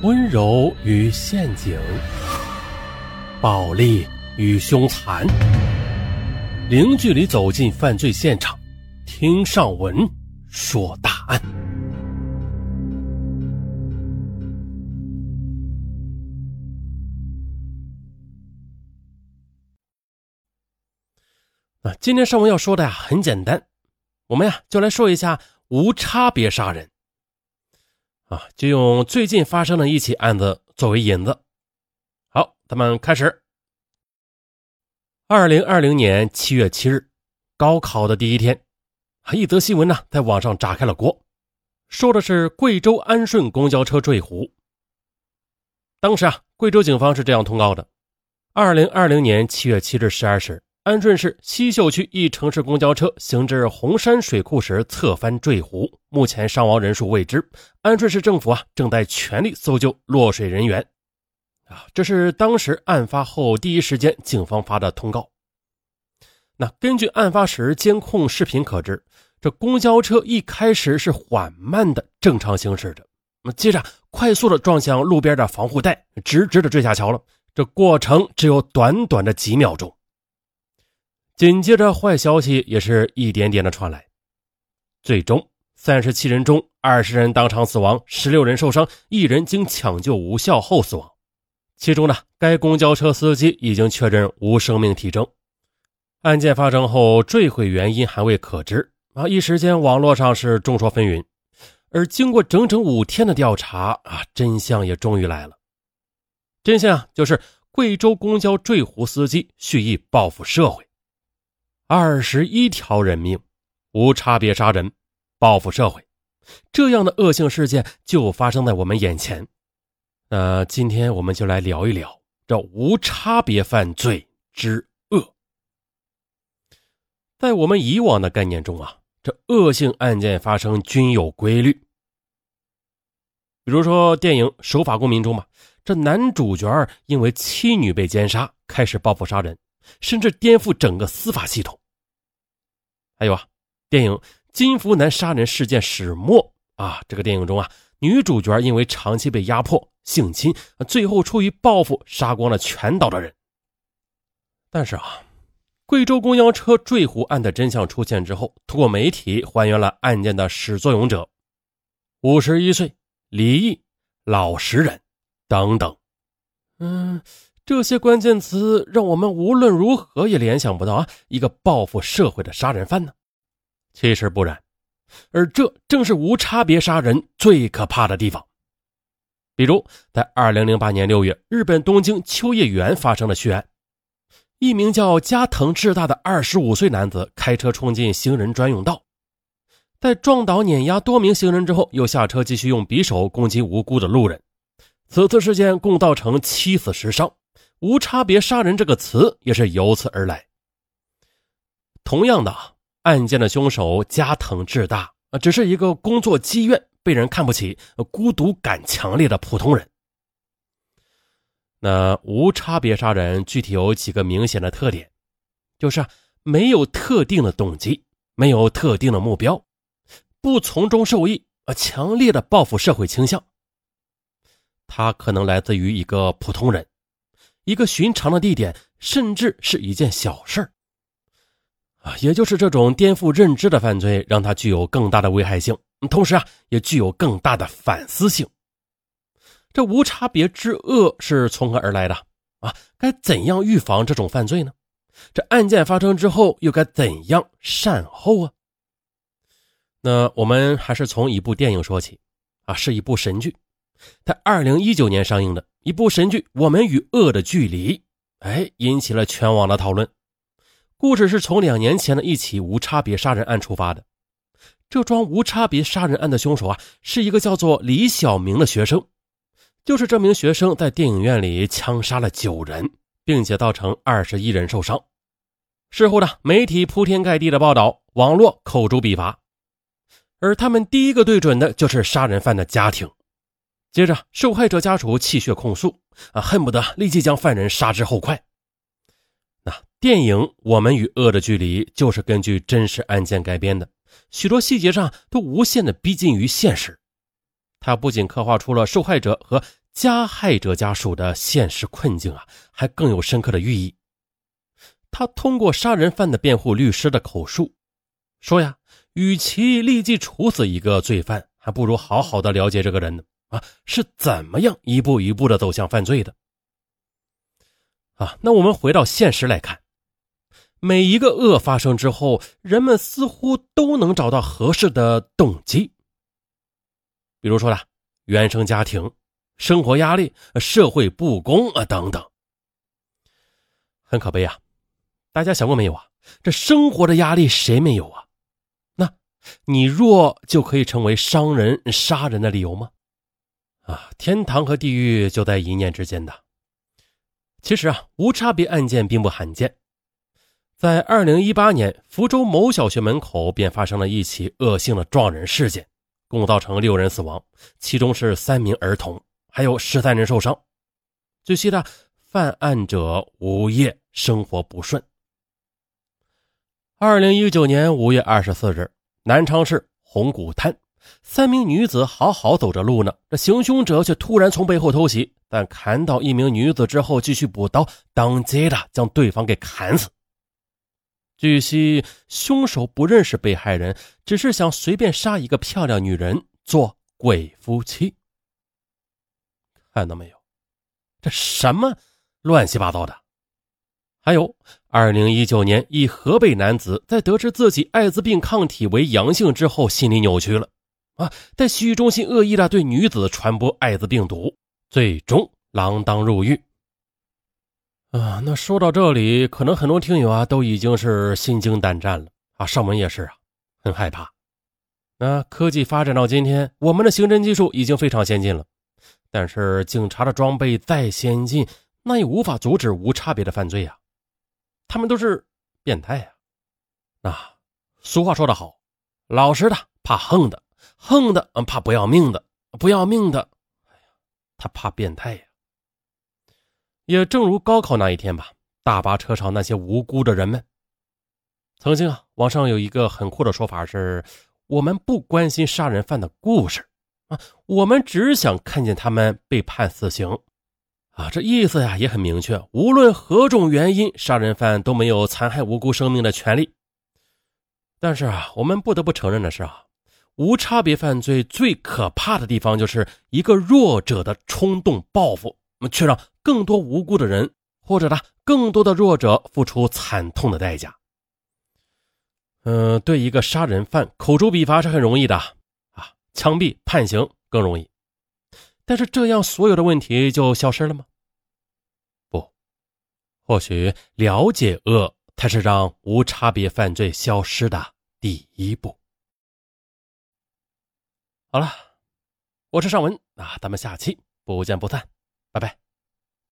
温柔与陷阱，暴力与凶残，零距离走进犯罪现场，听上文说大案。今天上文要说的很简单，我们就来说一下无差别杀人。就用最近发生的一起案子作为引子。好，咱们开始。2020年7月7日，高考的第一天，一则新闻在网上炸开了锅，说的是贵州安顺公交车坠湖。当时贵州警方是这样通告的：2020年7月7日12时，安顺市西秀区一城市公交车行至红山水库时侧翻坠湖，目前伤亡人数未知。安顺市政府正在全力搜救落水人员。这是当时案发后第一时间警方发的通告。那根据案发时监控视频可知，这公交车一开始是缓慢的正常行驶着，接着快速的撞向路边的防护带，直直的坠下桥了。这过程只有短短的几秒钟。紧接着坏消息也是一点点的传来，最终37人中20人当场死亡，16人受伤，1人经抢救无效后死亡。其中该公交车司机已经确认无生命体征。案件发生后坠毁原因还未可知，一时间网络上是众说纷纭。而经过整整5天的调查真相也终于来了。真相就是贵州公交坠湖司机蓄意报复社会。21条人命，无差别杀人，报复社会，这样的恶性事件就发生在我们眼前。那今天我们就来聊一聊这无差别犯罪之恶。在我们以往的概念中这恶性案件发生均有规律。比如说电影《守法公民》中这男主角因为妻女被奸杀，开始报复杀人，甚至颠覆整个司法系统。还有电影《金福南杀人事件始末》这个电影中女主角因为长期被压迫性侵，最后出于报复杀光了全岛的人。但是贵州公交车坠湖案的真相出现之后，通过媒体还原了案件的始作俑者51岁离异老实人等等。这些关键词让我们无论如何也联想不到一个报复社会的杀人犯呢。其实不然，而这正是无差别杀人最可怕的地方。比如在2008年6月，日本东京秋叶原发生了血案。一名叫加藤智大的25岁男子开车冲进行人专用道，在撞倒碾压多名行人之后，又下车继续用匕首攻击无辜的路人。此次事件共造成7死10伤，无差别杀人这个词也是由此而来。同样的，案件的凶手加藤智大只是一个工作积怨、被人看不起、孤独感强烈的普通人。那无差别杀人具体有几个明显的特点，就是没有特定的动机，没有特定的目标，不从中受益，强烈的报复社会倾向。它可能来自于一个普通人，一个寻常的地点，甚至是一件小事也就是这种颠覆认知的犯罪让它具有更大的危害性，同时也具有更大的反思性。这无差别之恶是从何而来的该怎样预防这种犯罪呢？这案件发生之后又该怎样善后那我们还是从一部电影说起是一部神剧，在2019年上映的一部神剧《我们与恶的距离》引起了全网的讨论。故事是从2年前的一起无差别杀人案出发的。这桩无差别杀人案的凶手是一个叫做李小明的学生。就是这名学生在电影院里枪杀了9人，并且造成21人受伤。事后媒体铺天盖地的报道，网络口诛笔伐。而他们第一个对准的就是杀人犯的家庭。接着受害者家属泣血控诉恨不得立即将犯人杀之后快。那电影《我们与恶的距离》就是根据真实案件改编的，许多细节上都无限的逼近于现实。它不仅刻画出了受害者和加害者家属的现实困境还更有深刻的寓意。他通过杀人犯的辩护律师的口述说呀，与其立即处死一个罪犯，还不如好好的了解这个人呢是怎么样一步一步的走向犯罪的那我们回到现实来看，每一个恶发生之后，人们似乎都能找到合适的动机。比如说原生家庭、生活压力、社会不公等等。很可悲大家想过没有这生活的压力谁没有那你弱就可以成为伤人杀人的理由吗？天堂和地狱就在一念之间的。其实无差别案件并不罕见。在2018年，福州某小学门口便发生了一起恶性的撞人事件，共造成6人死亡，其中是3名儿童，还有13人受伤。据悉犯案者无业，生活不顺。2019年5月24日，南昌市红谷滩，3名女子好好走着路呢，这行凶者却突然从背后偷袭，但砍倒1名女子之后继续补刀，当街的将对方给砍死。据悉，凶手不认识被害人，只是想随便杀一个漂亮女人做鬼夫妻。看到没有，这什么乱七八糟的。还有2019年，一河北男子在得知自己艾滋病抗体为阳性之后，心理扭曲了在洗浴中心恶意的对女子传播艾滋病毒，最终锒铛入狱那说到这里，可能很多听友都已经是心惊胆战了上文也是很害怕。那科技发展到今天，我们的刑侦技术已经非常先进了，但是警察的装备再先进，那也无法阻止无差别的犯罪他们都是变态俗话说得好，老实的怕横的，横的怕不要命的，不要命的他怕变态也正如高考那一天吧，大巴车上那些无辜的人们。曾经网上有一个很酷的说法是，我们不关心杀人犯的故事我们只想看见他们被判死刑这意思也很明确，无论何种原因，杀人犯都没有残害无辜生命的权利。但是我们不得不承认的是无差别犯罪最可怕的地方就是一个弱者的冲动报复，却让更多无辜的人或者更多的弱者付出惨痛的代价。对一个杀人犯口诛笔伐是很容易的枪毙判刑更容易。但是这样所有的问题就消失了吗？不，或许了解恶才是让无差别犯罪消失的第一步。好了，我是尚文咱们下期不见不散，拜拜。